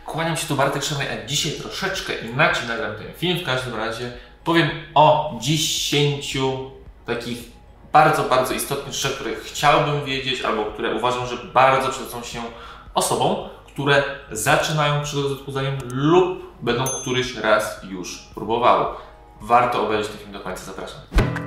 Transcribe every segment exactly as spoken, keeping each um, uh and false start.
Kłaniam się tu, Bartek Szamaj, a dzisiaj troszeczkę inaczej nagram ten film. W każdym razie powiem o dziesięciu takich bardzo, bardzo istotnych rzeczach, które chciałbym wiedzieć, albo które uważam, że bardzo przydadzą się osobom, które zaczynają przygodę z odchudzaniem lub będą któryś raz już próbowały. Warto obejrzeć ten film do końca, zapraszam.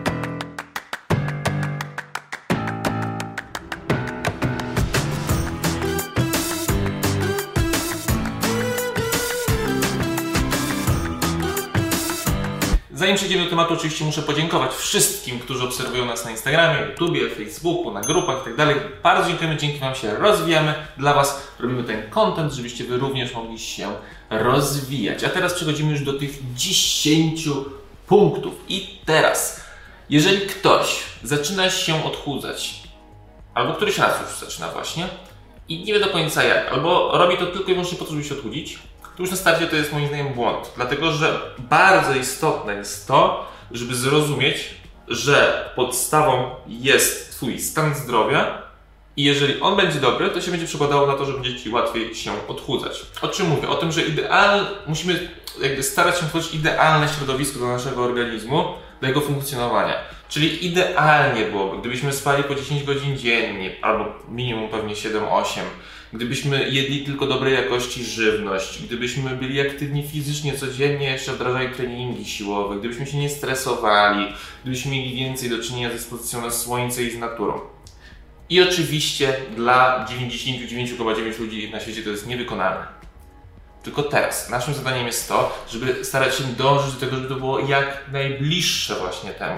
Zanim przejdziemy do tematu, oczywiście muszę podziękować wszystkim, którzy obserwują nas na Instagramie, YouTubie, Facebooku, na grupach itd. Bardzo dziękujemy, dzięki Wam się rozwijamy. Dla Was robimy ten content, żebyście Wy również mogli się rozwijać. A teraz przechodzimy już do tych dziesięciu punktów. I teraz, jeżeli ktoś zaczyna się odchudzać, albo któryś raz już zaczyna właśnie i nie wie do końca jak, albo robi to tylko i wyłącznie po to, żeby się odchudzić, to już na starcie to jest moim zdaniem błąd, dlatego że bardzo istotne jest to, żeby zrozumieć, że podstawą jest Twój stan zdrowia i jeżeli on będzie dobry, to się będzie przekładało na to, że będzie Ci łatwiej się odchudzać. O czym mówię? O tym, że ideal, musimy jakby starać się tworzyć idealne środowisko dla naszego organizmu, dla jego funkcjonowania. Czyli idealnie byłoby, gdybyśmy spali po dziesięć godzin dziennie, albo minimum pewnie siedem osiem, gdybyśmy jedli tylko dobrej jakości żywność, gdybyśmy byli aktywni fizycznie codziennie, jeszcze wdrażali treningi siłowe, gdybyśmy się nie stresowali, gdybyśmy mieli więcej do czynienia z ekspozycją na słońce i z naturą. I oczywiście dla dziewięćdziesiąt dziewięć przecinek dziewięć ludzi na świecie to jest niewykonalne. Tylko teraz naszym zadaniem jest to, żeby starać się dążyć do tego, żeby to było jak najbliższe właśnie temu.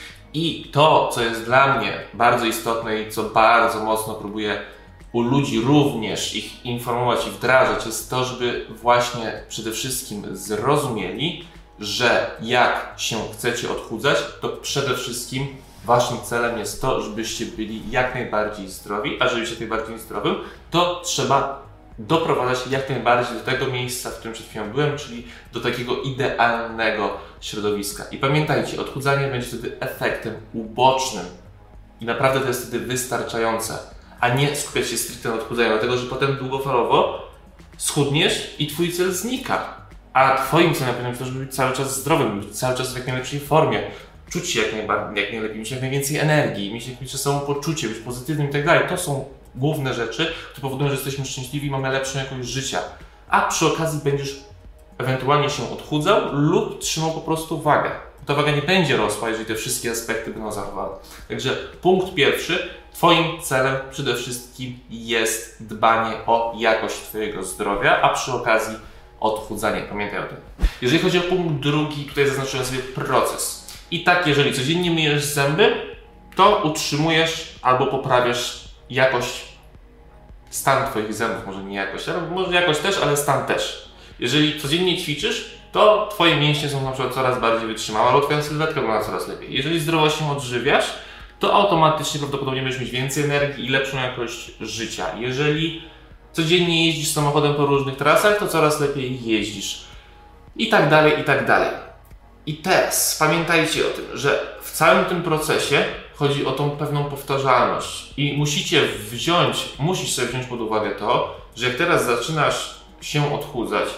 I to, co jest dla mnie bardzo istotne i co bardzo mocno próbuję u ludzi również ich informować i wdrażać, jest to, żeby właśnie przede wszystkim zrozumieli, że jak się chcecie odchudzać, to przede wszystkim Waszym celem jest to, żebyście byli jak najbardziej zdrowi, a żeby być jak najbardziej zdrowym, to trzeba doprowadzać jak najbardziej do tego miejsca, w którym przed chwilą byłem, czyli do takiego idealnego środowiska. I pamiętajcie, odchudzanie będzie wtedy efektem ubocznym i naprawdę to jest wtedy wystarczające, a nie skupiać się stricte na odchudzaniu, dlatego że potem długofalowo schudniesz i Twój cel znika. A Twoim celem powinno być to, żeby być cały czas zdrowym, być cały czas w jak najlepszej formie, czuć się jak, najbardziej, jak najlepiej, mieć jak najwięcej energii, mieć jakieś samopoczucie, być pozytywnym i tak dalej. To są główne rzeczy, które powodują, że jesteśmy szczęśliwi i mamy lepszą jakość życia. A przy okazji będziesz ewentualnie się odchudzał lub trzymał po prostu wagę. Ta waga nie będzie rosła, jeżeli te wszystkie aspekty będą zachowane. Także punkt pierwszy. Twoim celem przede wszystkim jest dbanie o jakość Twojego zdrowia, a przy okazji odchudzanie. Pamiętaj o tym. Jeżeli chodzi o punkt drugi, tutaj zaznaczyłem sobie proces. I tak, jeżeli codziennie myjesz zęby, to utrzymujesz albo poprawiasz jakość, stan Twoich zębów, może nie jakość, ale może jakość też, ale stan też. Jeżeli codziennie ćwiczysz, to Twoje mięśnie są na przykład coraz bardziej wytrzymałe, albo Twoja sylwetka wygląda coraz lepiej. Jeżeli zdrowo się odżywiasz, to automatycznie prawdopodobnie będziesz mieć więcej energii i lepszą jakość życia. Jeżeli codziennie jeździsz samochodem po różnych trasach, to coraz lepiej jeździsz. I tak dalej, i tak dalej. I teraz pamiętajcie o tym, że w całym tym procesie chodzi o tą pewną powtarzalność. I musicie wziąć, musisz sobie wziąć pod uwagę to, że jak teraz zaczynasz się odchudzać,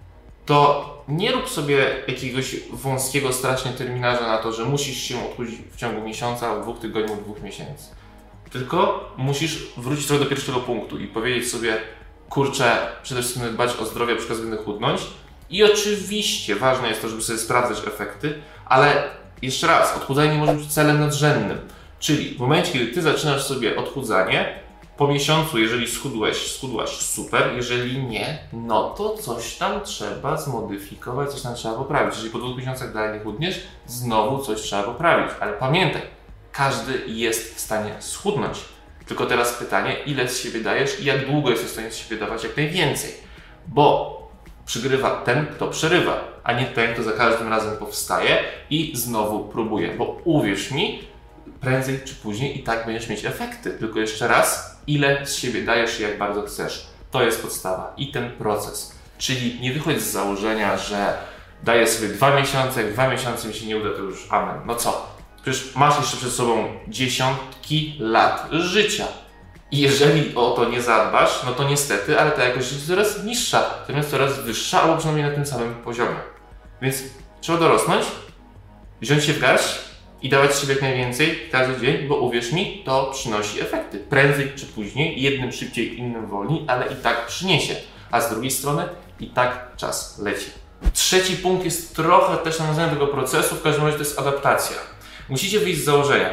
to nie rób sobie jakiegoś wąskiego strasznie terminarza na to, że musisz się odchudzić w ciągu miesiąca, dwóch tygodni, dwóch miesięcy. Tylko musisz wrócić sobie do pierwszego punktu i powiedzieć sobie, kurczę, przede wszystkim dbać o zdrowie, przy okazji będę chudnąć. I oczywiście ważne jest to, żeby sobie sprawdzać efekty, ale jeszcze raz, odchudzanie nie może być celem nadrzędnym. Czyli w momencie, kiedy Ty zaczynasz sobie odchudzanie, po miesiącu, jeżeli schudłeś, schudłaś, super, jeżeli nie, no to coś tam trzeba zmodyfikować, coś tam trzeba poprawić. Jeżeli po dwóch miesiącach dalej nie chudniesz, znowu coś trzeba poprawić. Ale pamiętaj, każdy jest w stanie schudnąć. Tylko teraz pytanie, ile z siebie dajesz i jak długo jesteś w stanie z siebie dawać jak najwięcej. Bo przygrywa ten, kto przerywa, a nie ten, kto za każdym razem powstaje i znowu próbuje. Bo uwierz mi, prędzej czy później i tak będziesz mieć efekty. Tylko jeszcze raz, ile z siebie dajesz i jak bardzo chcesz. To jest podstawa i ten proces. Czyli nie wychodź z założenia, że daję sobie dwa miesiące, jak dwa miesiące mi się nie uda, to już amen. No co? Przecież masz jeszcze przed sobą dziesiątki lat życia. I jeżeli o to nie zadbasz, no to niestety, ale ta jakość jest coraz niższa, zamiast coraz wyższa, albo przynajmniej na tym samym poziomie. Więc trzeba dorosnąć, wziąć się w garść i dawać siebie jak najwięcej każdy dzień, bo uwierz mi, to przynosi efekty. Prędzej czy później, jednym szybciej, innym wolniej, ale i tak przyniesie. A z drugiej strony i tak czas leci. Trzeci punkt jest trochę też nawiązany do tego procesu, w każdym razie to jest adaptacja. Musicie wyjść z założenia,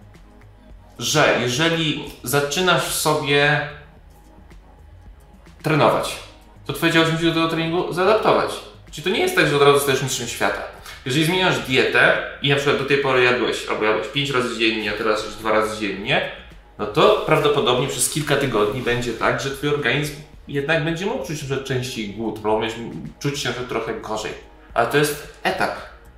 że jeżeli zaczynasz sobie trenować, to twoje ciało się musi do tego treningu zaadaptować. Czyli to nie jest tak, że od razu stajesz mistrzem świata. Jeżeli zmieniasz dietę i na przykład do tej pory jadłeś albo jadłeś pięć razy dziennie, a teraz już dwa razy dziennie, no to prawdopodobnie przez kilka tygodni będzie tak, że twój organizm jednak będzie mógł czuć że częściej głód, albo czuć się że trochę gorzej. Ale to jest etap,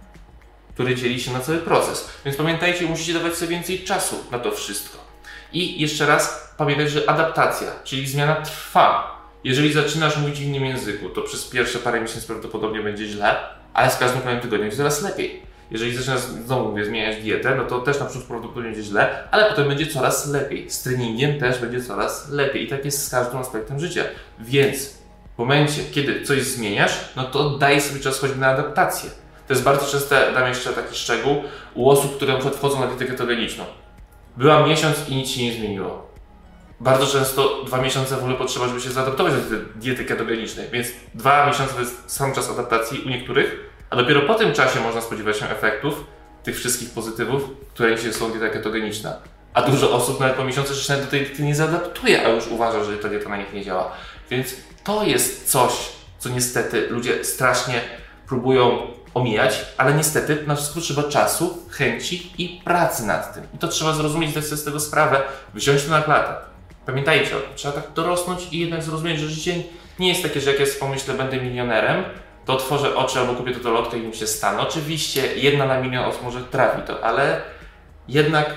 który dzieli się na cały proces. Więc pamiętajcie, musicie dawać sobie więcej czasu na to wszystko. I jeszcze raz pamiętaj, że adaptacja, czyli zmiana trwa. Jeżeli zaczynasz mówić w innym języku, to przez pierwsze parę miesięcy prawdopodobnie będzie źle, ale z każdym kolejnym tygodniem będzie coraz lepiej. Jeżeli zaczynasz, znowu mówię, zmieniać dietę, no to też na przykład prawdopodobnie będzie źle, ale potem będzie coraz lepiej. Z treningiem też będzie coraz lepiej i tak jest z każdym aspektem życia. Więc w momencie, kiedy coś zmieniasz, no to daj sobie czas choćby na adaptację. To jest bardzo częste, dam jeszcze taki szczegół, u osób, które na przykład wchodzą na dietę ketogeniczną. Była miesiąc i nic się nie zmieniło. Bardzo często dwa miesiące w ogóle potrzeba, żeby się zaadaptować do tej diety ketogenicznej, więc dwa miesiące to jest sam czas adaptacji u niektórych, a dopiero po tym czasie można spodziewać się efektów, tych wszystkich pozytywów, które niesie są dieta ketogeniczna. A dużo osób nawet po miesiącu jeszcze nawet do tej diety nie zaadaptuje, a już uważa, że ta dieta na nich nie działa. Więc to jest coś, co niestety ludzie strasznie próbują omijać, ale niestety na wszystko trzeba czasu, chęci i pracy nad tym. I to trzeba zrozumieć, zdać sobie z tego sprawę, wziąć to na klatę. Pamiętajcie o tym, trzeba tak dorosnąć i jednak zrozumieć, że życie nie jest takie, że jak ja sobie pomyślę, będę milionerem, to otworzę oczy albo kupię to lotkę i mi się stanie. Oczywiście jedna na milion osób może trafi to, ale jednak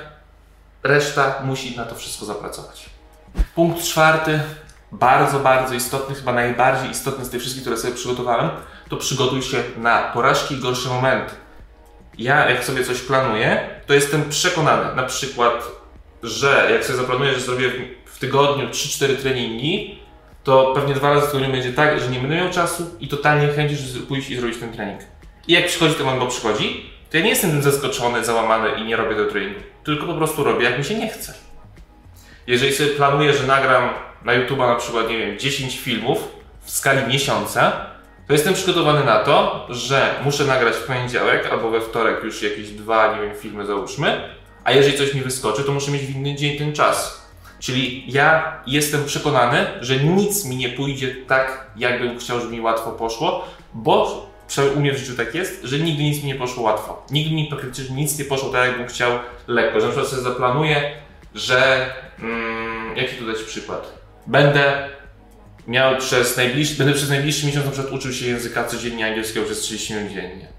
reszta musi na to wszystko zapracować. Punkt czwarty, bardzo, bardzo istotny, chyba najbardziej istotny z tych wszystkich, które sobie przygotowałem, to przygotuj się na porażki i gorsze momenty. Ja jak sobie coś planuję, to jestem przekonany, na przykład, że jak sobie zaplanuję, że zrobię w tygodniu trzy cztery treningi, to pewnie dwa razy w tygodniu będzie tak, że nie będę miał czasu i totalnie chęci, żeby pójść i zrobić ten trening. I jak przychodzi ten moment, bo przychodzi, to ja nie jestem tym zaskoczony, załamany i nie robię tego treningu, tylko po prostu robię, jak mi się nie chce. Jeżeli sobie planuję, że nagram na YouTube'a na przykład, nie wiem, dziesięć filmów w skali miesiąca, to jestem przygotowany na to, że muszę nagrać w poniedziałek albo we wtorek już jakieś dwa, nie wiem, filmy załóżmy, a jeżeli coś mi wyskoczy, to muszę mieć w inny dzień ten czas. Czyli ja jestem przekonany, że nic mi nie pójdzie tak, jakbym chciał, żeby mi łatwo poszło, bo u mnie w życiu tak jest, że nigdy nic mi nie poszło łatwo. Nigdy mi praktycznie nic nie poszło tak, jakbym chciał lekko. Że na przykład sobie zaplanuję, że... Hmm, jaki tu dać przykład? Będę miał przez najbliższy, będę przez najbliższy miesiąc na przykład uczył się języka codziennie angielskiego przez trzydzieści minut dziennie.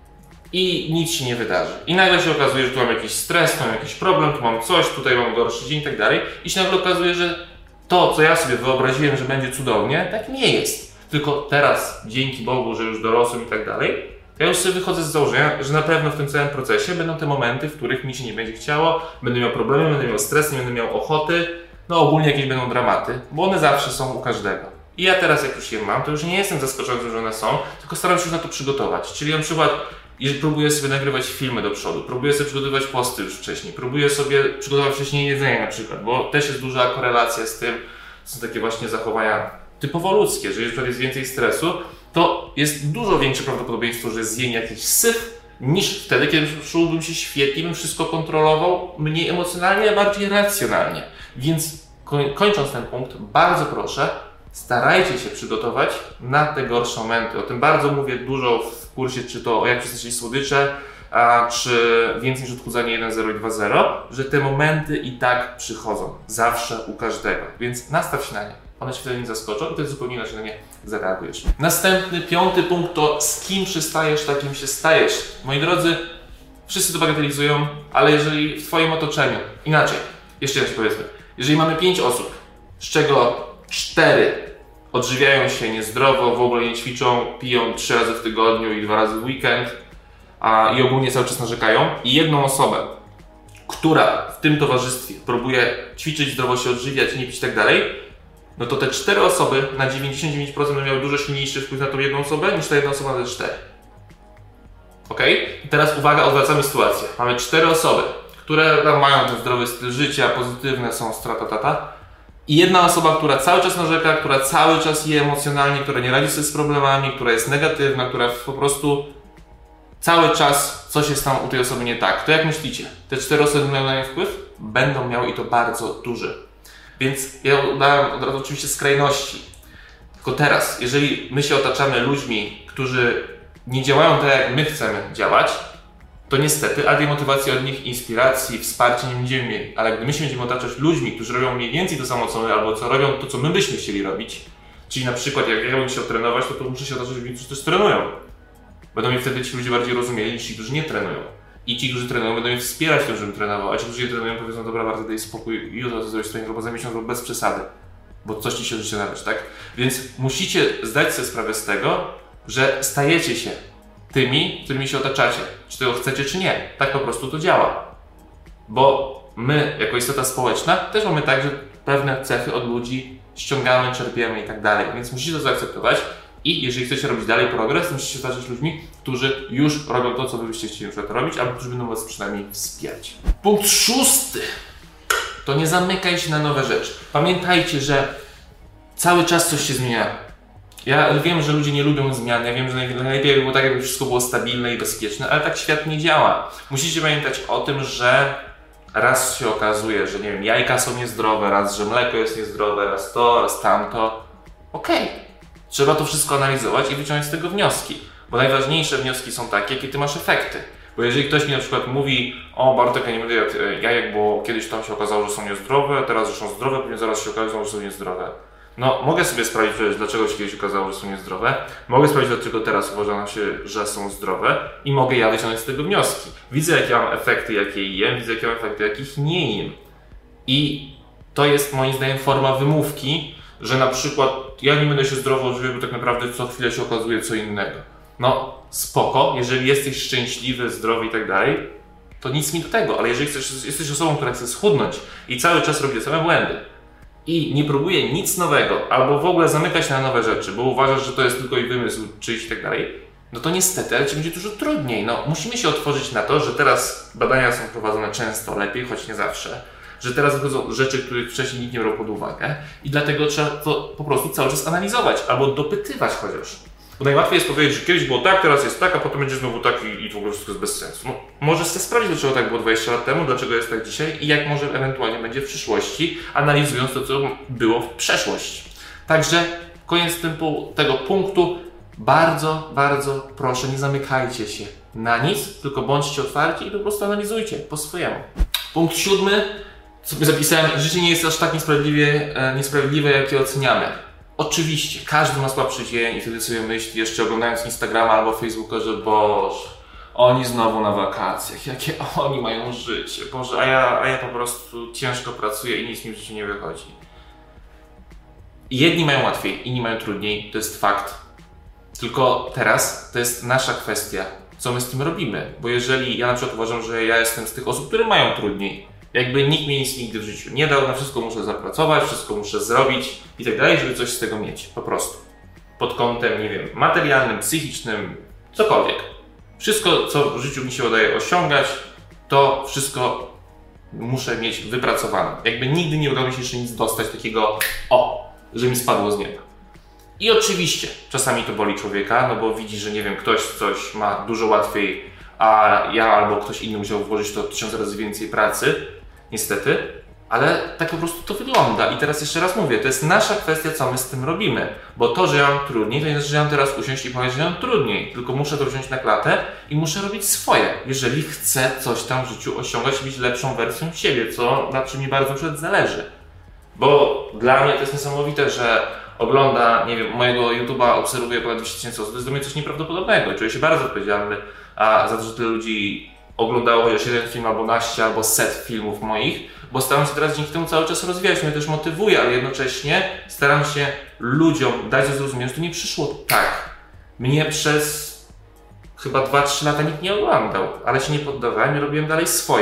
I nic się nie wydarzy. I nagle się okazuje, że tu mam jakiś stres, tu mam jakiś problem, tu mam coś, tutaj mam gorszy dzień i tak dalej. I się nagle okazuje, że to, co ja sobie wyobraziłem, że będzie cudownie, tak nie jest. Tylko teraz, dzięki Bogu, że już dorosłem i tak dalej, ja już sobie wychodzę z założenia, że na pewno w tym całym procesie będą te momenty, w których mi się nie będzie chciało, będę miał problemy, będę miał stres, nie będę miał ochoty, no ogólnie jakieś będą dramaty, bo one zawsze są u każdego. I ja teraz, jak już je mam, to już nie jestem zaskoczony, że one są, tylko staram się już na to przygotować. Czyli na przykład, jeżeli próbuję sobie nagrywać filmy do przodu, próbuję sobie przygotowywać posty już wcześniej, próbuję sobie przygotować wcześniej jedzenie na przykład, bo też jest duża korelacja z tym, są takie właśnie zachowania typowo ludzkie, że jeżeli jest więcej stresu, to jest dużo większe prawdopodobieństwo, że zjem jakiś syf, niż wtedy, kiedy czułbym się świetnie, bym wszystko kontrolował mniej emocjonalnie, a bardziej racjonalnie. Więc kończąc ten punkt, bardzo proszę, starajcie się przygotować na te gorsze momenty. O tym bardzo mówię dużo w kursie, czy to o jak przestać słodycze, a czy więcej niż odchudzanie jeden zero i dwa zero, że te momenty i tak przychodzą. Zawsze u każdego. Więc nastaw się na nie. One się wtedy nie zaskoczą i to zupełnie inaczej na nie zareagujesz. Następny, piąty punkt to z kim przystajesz, takim się stajesz. Moi drodzy, wszyscy to bagatelizują, ale jeżeli w Twoim otoczeniu, inaczej, jeszcze raz powiedzmy, jeżeli mamy pięć osób, z czego cztery odżywiają się niezdrowo, w ogóle nie ćwiczą, piją trzy razy w tygodniu i dwa razy w weekend a, i ogólnie cały czas narzekają, i jedną osobę, która w tym towarzystwie próbuje ćwiczyć, zdrowo się odżywiać, nie pić i tak dalej, no to te cztery osoby na dziewięćdziesiąt dziewięć procent miały dużo silniejszy wpływ na tą jedną osobę niż ta jedna osoba na te cztery. Ok? I teraz uwaga, odwracamy sytuację. Mamy cztery osoby, które tam mają ten zdrowy styl życia, pozytywne są, strata, tata. I jedna osoba, która cały czas narzeka, która cały czas je emocjonalnie, która nie radzi sobie z problemami, która jest negatywna, która po prostu cały czas coś jest tam u tej osoby nie tak. To jak myślicie? Te cztery osoby mają na nie wpływ? Będą miały i to bardzo duży. Więc ja udałem od razu oczywiście skrajności. Tylko teraz, jeżeli my się otaczamy ludźmi, którzy nie działają tak jak my chcemy działać, to niestety, a tej motywacji od nich, inspiracji, wsparcia nie będziemy mieli. Ale gdy my się będziemy otaczać ludźmi, którzy robią mniej więcej to samo co my, albo co robią to, co my byśmy chcieli robić, czyli na przykład jak ja bym chciał trenować, to, to muszę się otaczać ludźmi, którzy też trenują. Będą mnie wtedy ci ludzie bardziej rozumieli niż ci, którzy nie trenują. I ci, którzy trenują, będą mnie wspierać w tym, żebym trenował, a ci, którzy nie trenują, powiedzą, dobra, bardzo daj spokój, jutro to zrobić trening, albo za miesiąc, albo bez przesady. Bo coś ci się życie należy, tak? Więc musicie zdać sobie sprawę z tego, że stajecie się tymi, którymi się otaczacie. Czy tego chcecie, czy nie. Tak po prostu to działa. Bo my, jako istota społeczna, też mamy tak, że pewne cechy od ludzi ściągamy, czerpiemy i tak dalej. Więc musicie to zaakceptować i jeżeli chcecie robić dalej progres, to musicie się otaczać ludźmi, którzy już robią to, co wy byście chcieli na przykład robić, albo którzy będą was przynajmniej wspierać. Punkt szósty. To nie zamykaj się na nowe rzeczy. Pamiętajcie, że cały czas coś się zmienia. Ja wiem, że ludzie nie lubią zmian, ja wiem, że najlepiej by było tak, jakby wszystko było stabilne i bezpieczne, ale tak świat nie działa. Musicie pamiętać o tym, że raz się okazuje, że nie wiem, jajka są niezdrowe, raz, że mleko jest niezdrowe, raz to, raz tamto. Okej, okay. Trzeba to wszystko analizować i wyciągnąć z tego wnioski, bo najważniejsze wnioski są takie, jakie ty masz efekty. Bo jeżeli ktoś mi na przykład mówi, o Bartek, ja nie będę jadł jajek, bo kiedyś tam się okazało, że są niezdrowe, teraz że są zdrowe, później zaraz się okaże, że są niezdrowe. No, mogę sobie sprawdzić, dlaczego się kiedyś okazało, że są niezdrowe. Mogę sprawdzić, dlaczego teraz uważam się, że są zdrowe i mogę ja wyciągnąć z tego wnioski. Widzę, jakie mam efekty, jakie jem, widzę, jakie mam efekty, jakich nie jem. I to jest moim zdaniem forma wymówki, że na przykład ja nie będę się zdrowo odżywiał, bo tak naprawdę co chwilę się okazuje co innego. No, spoko, jeżeli jesteś szczęśliwy, zdrowy i tak dalej, to nic mi do tego, ale jeżeli chcesz, jesteś osobą, która chce schudnąć i cały czas robi te same błędy, i nie próbuje nic nowego, albo w ogóle zamyka się na nowe rzeczy, bo uważasz, że to jest tylko i wymysł czyjś i tak dalej, no to niestety, ale ci będzie dużo trudniej. No, musimy się otworzyć na to, że teraz badania są prowadzone często lepiej, choć nie zawsze, że teraz wychodzą rzeczy, których wcześniej nikt nie brał pod uwagę i dlatego trzeba to po prostu cały czas analizować, albo dopytywać chociaż. Bo najłatwiej jest powiedzieć, że kiedyś było tak, teraz jest tak, a potem będzie znowu tak i, i w ogóle wszystko jest bez sensu. No, możesz sobie sprawdzić, dlaczego tak było dwadzieścia lat temu, dlaczego jest tak dzisiaj i jak może ewentualnie będzie w przyszłości, analizując to, co było w przeszłości. Także koniec tego punktu. Bardzo, bardzo proszę, nie zamykajcie się na nic, tylko bądźcie otwarci i po prostu analizujcie po swojemu. Punkt siódmy, sobie zapisałem, życie nie jest aż tak niesprawiedliwe, niesprawiedliwe jak je oceniamy. Oczywiście, każdy ma słabszy dzień i wtedy sobie myśli, jeszcze oglądając Instagrama albo Facebooka, że Boże, oni znowu na wakacjach, jakie oni mają życie, Boże, a ja, a ja po prostu ciężko pracuję i nic mi w życiu nie wychodzi. Jedni mają łatwiej, inni mają trudniej, to jest fakt. Tylko teraz to jest nasza kwestia, co my z tym robimy, bo jeżeli ja na przykład uważam, że ja jestem z tych osób, które mają trudniej, jakby nikt mi nic nigdy w życiu nie dał, na wszystko muszę zapracować, wszystko muszę zrobić i tak dalej, żeby coś z tego mieć, po prostu. Pod kątem, nie wiem, materialnym, psychicznym, cokolwiek. Wszystko, co w życiu mi się udaje osiągać, to wszystko muszę mieć wypracowane. Jakby nigdy nie udało mi się jeszcze nic dostać takiego, o, że mi spadło z nieba. I oczywiście, czasami to boli człowieka, no bo widzi, że nie wiem, ktoś coś ma dużo łatwiej, a ja albo ktoś inny musiał włożyć to tysiąc razy więcej pracy, niestety, ale tak po prostu to wygląda. I teraz jeszcze raz mówię, to jest nasza kwestia, co my z tym robimy, bo to, że ja mam trudniej, to nie znaczy, że ja mam teraz usiąść i powiedzieć, że ja mam trudniej, tylko muszę to wziąć na klatę i muszę robić swoje, jeżeli chcę coś tam w życiu osiągać i być lepszą wersją siebie, co na czym mi bardzo przed zależy. Bo dla mnie to jest niesamowite, że ogląda, nie wiem, mojego YouTube'a obserwuje ponad dwieście tysięcy osób, to jest dla mnie coś nieprawdopodobnego i czuję się bardzo odpowiedzialny a za to, że tyle ludzi oglądało chociaż jeden film, albo naście, albo set filmów moich, bo staram się teraz dzięki temu cały czas rozwijać, mnie też motywuje, ale jednocześnie staram się ludziom dać zrozumieć, że to nie przyszło tak. Mnie przez chyba dwa trzy lata nikt nie oglądał, ale się nie poddawałem i robiłem dalej swoje.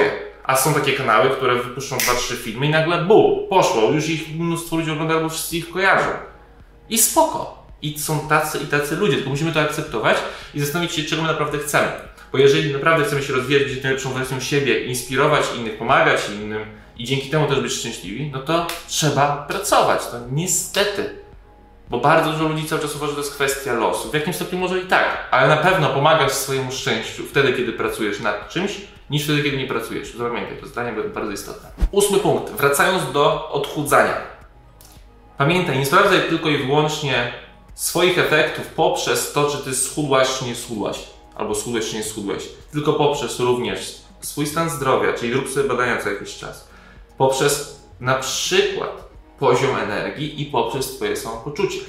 A są takie kanały, które wypuszczą dwa trzy filmy i nagle bum, poszło, już ich mnóstwo ludzi ogląda, albo wszyscy ich kojarzą. I spoko. I są tacy i tacy ludzie, tylko musimy to akceptować i zastanowić się, czego my naprawdę chcemy. Bo jeżeli naprawdę chcemy się rozwijać, być najlepszą wersją siebie, inspirować innych, pomagać innym i dzięki temu też być szczęśliwi, no to trzeba pracować. To niestety. Bo bardzo dużo ludzi cały czas uważa, że to jest kwestia losu. W jakimś stopniu może i tak, ale na pewno pomagasz swojemu szczęściu wtedy, kiedy pracujesz nad czymś, niż wtedy, kiedy nie pracujesz. Zapamiętaj, to zdanie bardzo istotne. Ósmy punkt. Wracając do odchudzania. Pamiętaj, nie sprawdzaj tylko i wyłącznie swoich efektów poprzez to, czy ty schudłaś, czy nie schudłaś, albo schudłeś, czy nie schudłeś, tylko poprzez również swój stan zdrowia, czyli rób sobie badania co jakiś czas, poprzez na przykład poziom energii i poprzez twoje samopoczucie.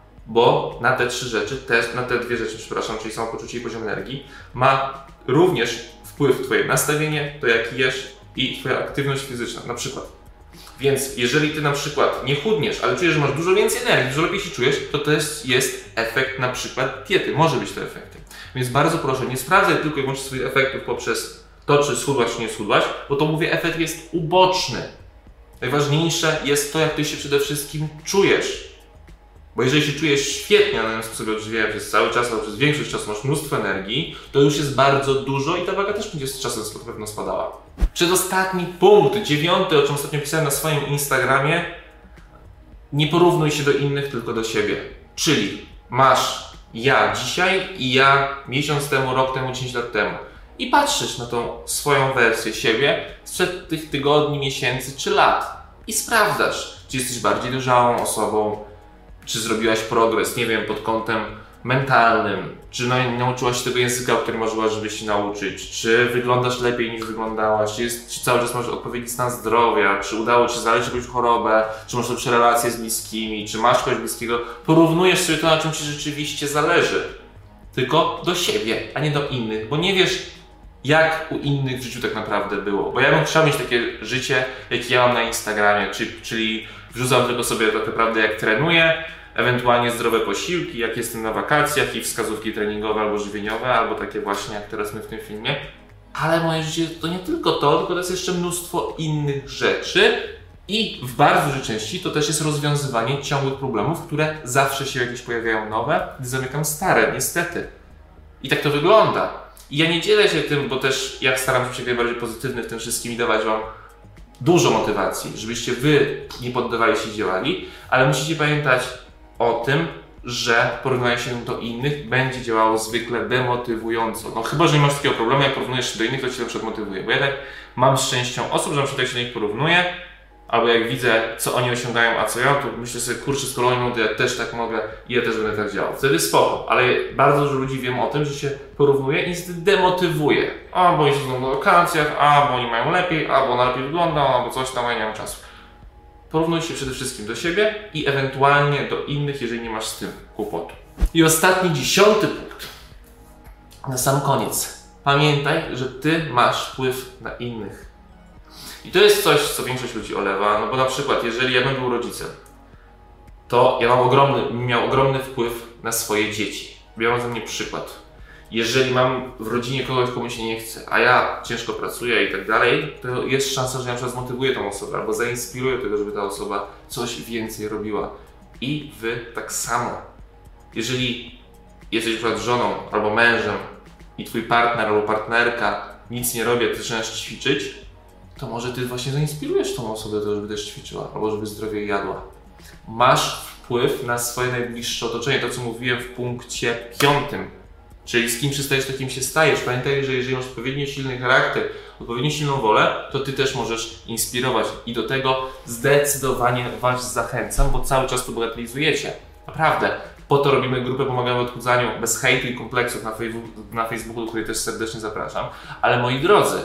Bo na te trzy rzeczy, te, na te dwie rzeczy, przepraszam, czyli samopoczucie i poziom energii, ma również wpływ twoje nastawienie, to jak jesz i twoja aktywność fizyczna, na przykład. Więc jeżeli ty na przykład nie chudniesz, ale czujesz, że masz dużo więcej energii, dużo lepiej się czujesz, to to jest, jest efekt na przykład diety, może być to efektem. Więc bardzo proszę, nie sprawdzaj tylko i wyłącznie swoich efektów poprzez to, czy schudłaś, czy nie schudłaś, bo to mówię, efekt jest uboczny. Najważniejsze jest to, jak ty się przede wszystkim czujesz. Bo jeżeli się czujesz świetnie, a na tym sposobie odżywiania przez cały czas, albo przez większość czasu masz mnóstwo energii, to już jest bardzo dużo i ta waga też będzie z czasem na pewno spadała. Przedostatni punkt, dziewiąty, o czym ostatnio pisałem na swoim Instagramie. Nie porównuj się do innych, tylko do siebie. Czyli masz ja dzisiaj i ja miesiąc temu, rok temu, dziesięć lat temu. I patrzysz na tą swoją wersję siebie sprzed tych tygodni, miesięcy czy lat. I sprawdzasz, czy jesteś bardziej dojrzałą osobą, czy zrobiłaś progres, nie wiem, pod kątem mentalnym, czy no, nauczyłaś się tego języka, o którym marzyłaś, żeby się nauczyć, czy wyglądasz lepiej niż wyglądałaś, czy, jest, czy cały czas masz odpowiedni stan zdrowia, czy udało ci się zaleczyć jakąś chorobę, czy masz lepsze relacje z bliskimi, czy masz kogoś bliskiego. Porównujesz sobie to, na czym ci rzeczywiście zależy. Tylko do siebie, a nie do innych, bo nie wiesz, jak u innych w życiu tak naprawdę było. Bo ja bym chciał mieć takie życie, jakie ja mam na Instagramie, czyli, czyli wrzucam tylko sobie tak naprawdę jak trenuję, ewentualnie zdrowe posiłki, jak jestem na wakacjach i wskazówki treningowe albo żywieniowe, albo takie właśnie jak teraz my w tym filmie. Ale moje życie to nie tylko to, tylko to jest jeszcze mnóstwo innych rzeczy i w bardzo dużej części to też jest rozwiązywanie ciągłych problemów, które zawsze się jakieś pojawiają nowe, gdy zamykam stare, niestety. I tak to wygląda. I ja nie dzielę się tym, bo też ja staram się być jak najbardziej pozytywny w tym wszystkim i dawać wam dużo motywacji, żebyście wy nie poddawali się i działali, ale musicie pamiętać o tym, że porównanie się do innych będzie działało zwykle demotywująco. No chyba, że nie masz takiego problemu, jak porównujesz się do innych, to cię na przykład motywuje. Bo ja tak mam z częścią osób, że na przykład jak się do nich porównuję, albo jak widzę, co oni osiągają, a co ja, to myślę sobie, kurczę, skoro oni mogą, to ja też tak mogę i ja też będę tak działał. Wtedy spoko, ale bardzo dużo ludzi wiem o tym, że się porównuje i niestety demotywuje. A, bo oni są na wakacjach, a, bo oni mają lepiej, a, bo ona lepiej wygląda, albo coś tam, a ja nie mam czasu. Porównuj się przede wszystkim do siebie i ewentualnie do innych, jeżeli nie masz z tym kłopotu. I ostatni, dziesiąty punkt. Na sam koniec. Pamiętaj, że ty masz wpływ na innych. I to jest coś, co większość ludzi olewa, no bo na przykład, jeżeli ja bym był rodzicem, to ja mam ogromny, miał ogromny wpływ na swoje dzieci. Biorąc ze mnie przykład. Jeżeli mam w rodzinie kogoś, komu się nie chce, a ja ciężko pracuję i tak dalej, to jest szansa, że ja na przykład zmotywuję tą osobę albo zainspiruję tego, żeby ta osoba coś więcej robiła. I wy tak samo. Jeżeli jesteś na przykład żoną albo mężem i twój partner albo partnerka nic nie robi, a ty zaczynasz ćwiczyć, to może ty właśnie zainspirujesz tą osobę do tego, żeby też ćwiczyła albo żeby zdrowiej jadła. Masz wpływ na swoje najbliższe otoczenie, to co mówiłem w punkcie piątym. Czyli z kim przystajesz, takim się stajesz. Pamiętaj, że jeżeli masz odpowiednio silny charakter, odpowiednio silną wolę, to ty też możesz inspirować i do tego zdecydowanie was zachęcam, bo cały czas to bagatelizujecie. Naprawdę. Po to robimy grupę Pomagamy w odchudzaniu bez hejtu i kompleksów na, fejwu, na Facebooku, do której też serdecznie zapraszam. Ale moi drodzy,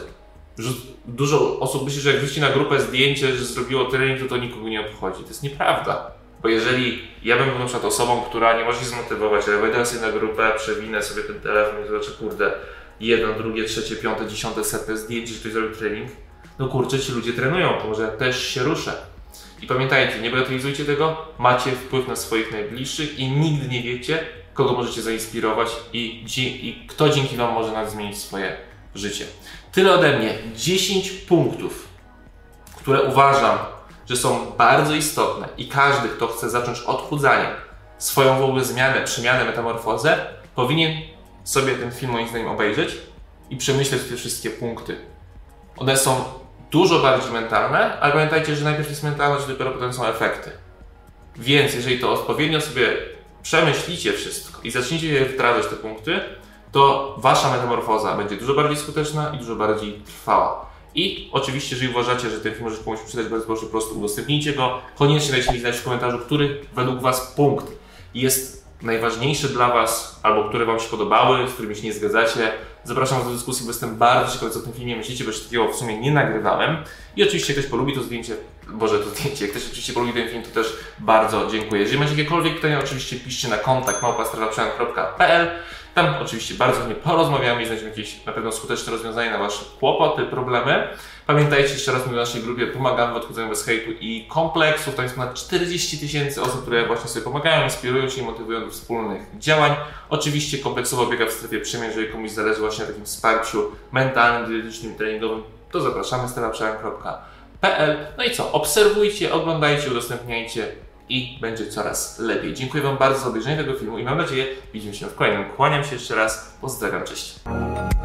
dużo osób myśli, że jak wrzuci na grupę zdjęcie, że zrobiło trening, to to nikogo nie obchodzi. To jest nieprawda. Bo jeżeli ja bym był na przykład osobą, która nie może się zmotywować, ale wejdę sobie na grupę, przewinę sobie ten telefon i zobaczę, kurde, jedno, drugie, trzecie, piąte, dziesiąte, setne zdjęcie, że ktoś zrobił trening, no kurczę, ci ludzie trenują, to może ja też się ruszę. I pamiętajcie, nie bagatelizujcie tego, macie wpływ na swoich najbliższych i nigdy nie wiecie, kogo możecie zainspirować i, i kto dzięki wam może nawet zmienić swoje w życie. Tyle ode mnie. dziesięć punktów, które uważam, że są bardzo istotne i każdy, kto chce zacząć odchudzanie, swoją w ogóle zmianę, przemianę, metamorfozę, powinien sobie ten film moim zdaniem obejrzeć i przemyśleć te wszystkie punkty. One są dużo bardziej mentalne, ale pamiętajcie, że najpierw jest mentalność, dopiero potem są efekty. Więc jeżeli to odpowiednio sobie przemyślicie wszystko i zaczniecie je wdrażać te punkty, to wasza metamorfoza będzie dużo bardziej skuteczna i dużo bardziej trwała. I oczywiście, jeżeli uważacie, że ten film może komuś przydać, bardzo proszę, po prostu udostępnijcie go. Koniecznie dajcie mi znać w komentarzu, który według was punkt jest najważniejszy dla was, albo które wam się podobały, z którymi się nie zgadzacie. Zapraszam was do dyskusji, bo jestem bardzo ciekawy, co o tym filmie myślicie, bo jeszcze takiego w sumie nie nagrywałem. I oczywiście, jak ktoś polubi to zdjęcie, Boże, to zdjęcie, jak ktoś oczywiście polubi ten film, to też bardzo dziękuję. Jeżeli macie jakiekolwiek pytania, oczywiście piszcie na kontakt małpa strefaprzemian kropka p l. Tam oczywiście bardzo chętnie porozmawiamy i znajdziemy jakieś na pewno skuteczne rozwiązanie na wasze kłopoty, problemy. Pamiętajcie, jeszcze raz, my w naszej grupie pomagamy w odchudzaniu bez hejtu i kompleksów. Tam jest ponad czterdzieści tysięcy osób, które właśnie sobie pomagają, inspirują się i motywują do wspólnych działań. Oczywiście kompleksowo biega w strefie przemian, jeżeli komuś zależy właśnie na takim wsparciu mentalnym, dietycznym, treningowym, to zapraszamy strefa przemian kropka p l. No i co? Obserwujcie, oglądajcie, udostępniajcie i będzie coraz lepiej. Dziękuję wam bardzo za obejrzenie tego filmu i mam nadzieję, widzimy się w kolejnym. Kłaniam się jeszcze raz, pozdrawiam, cześć.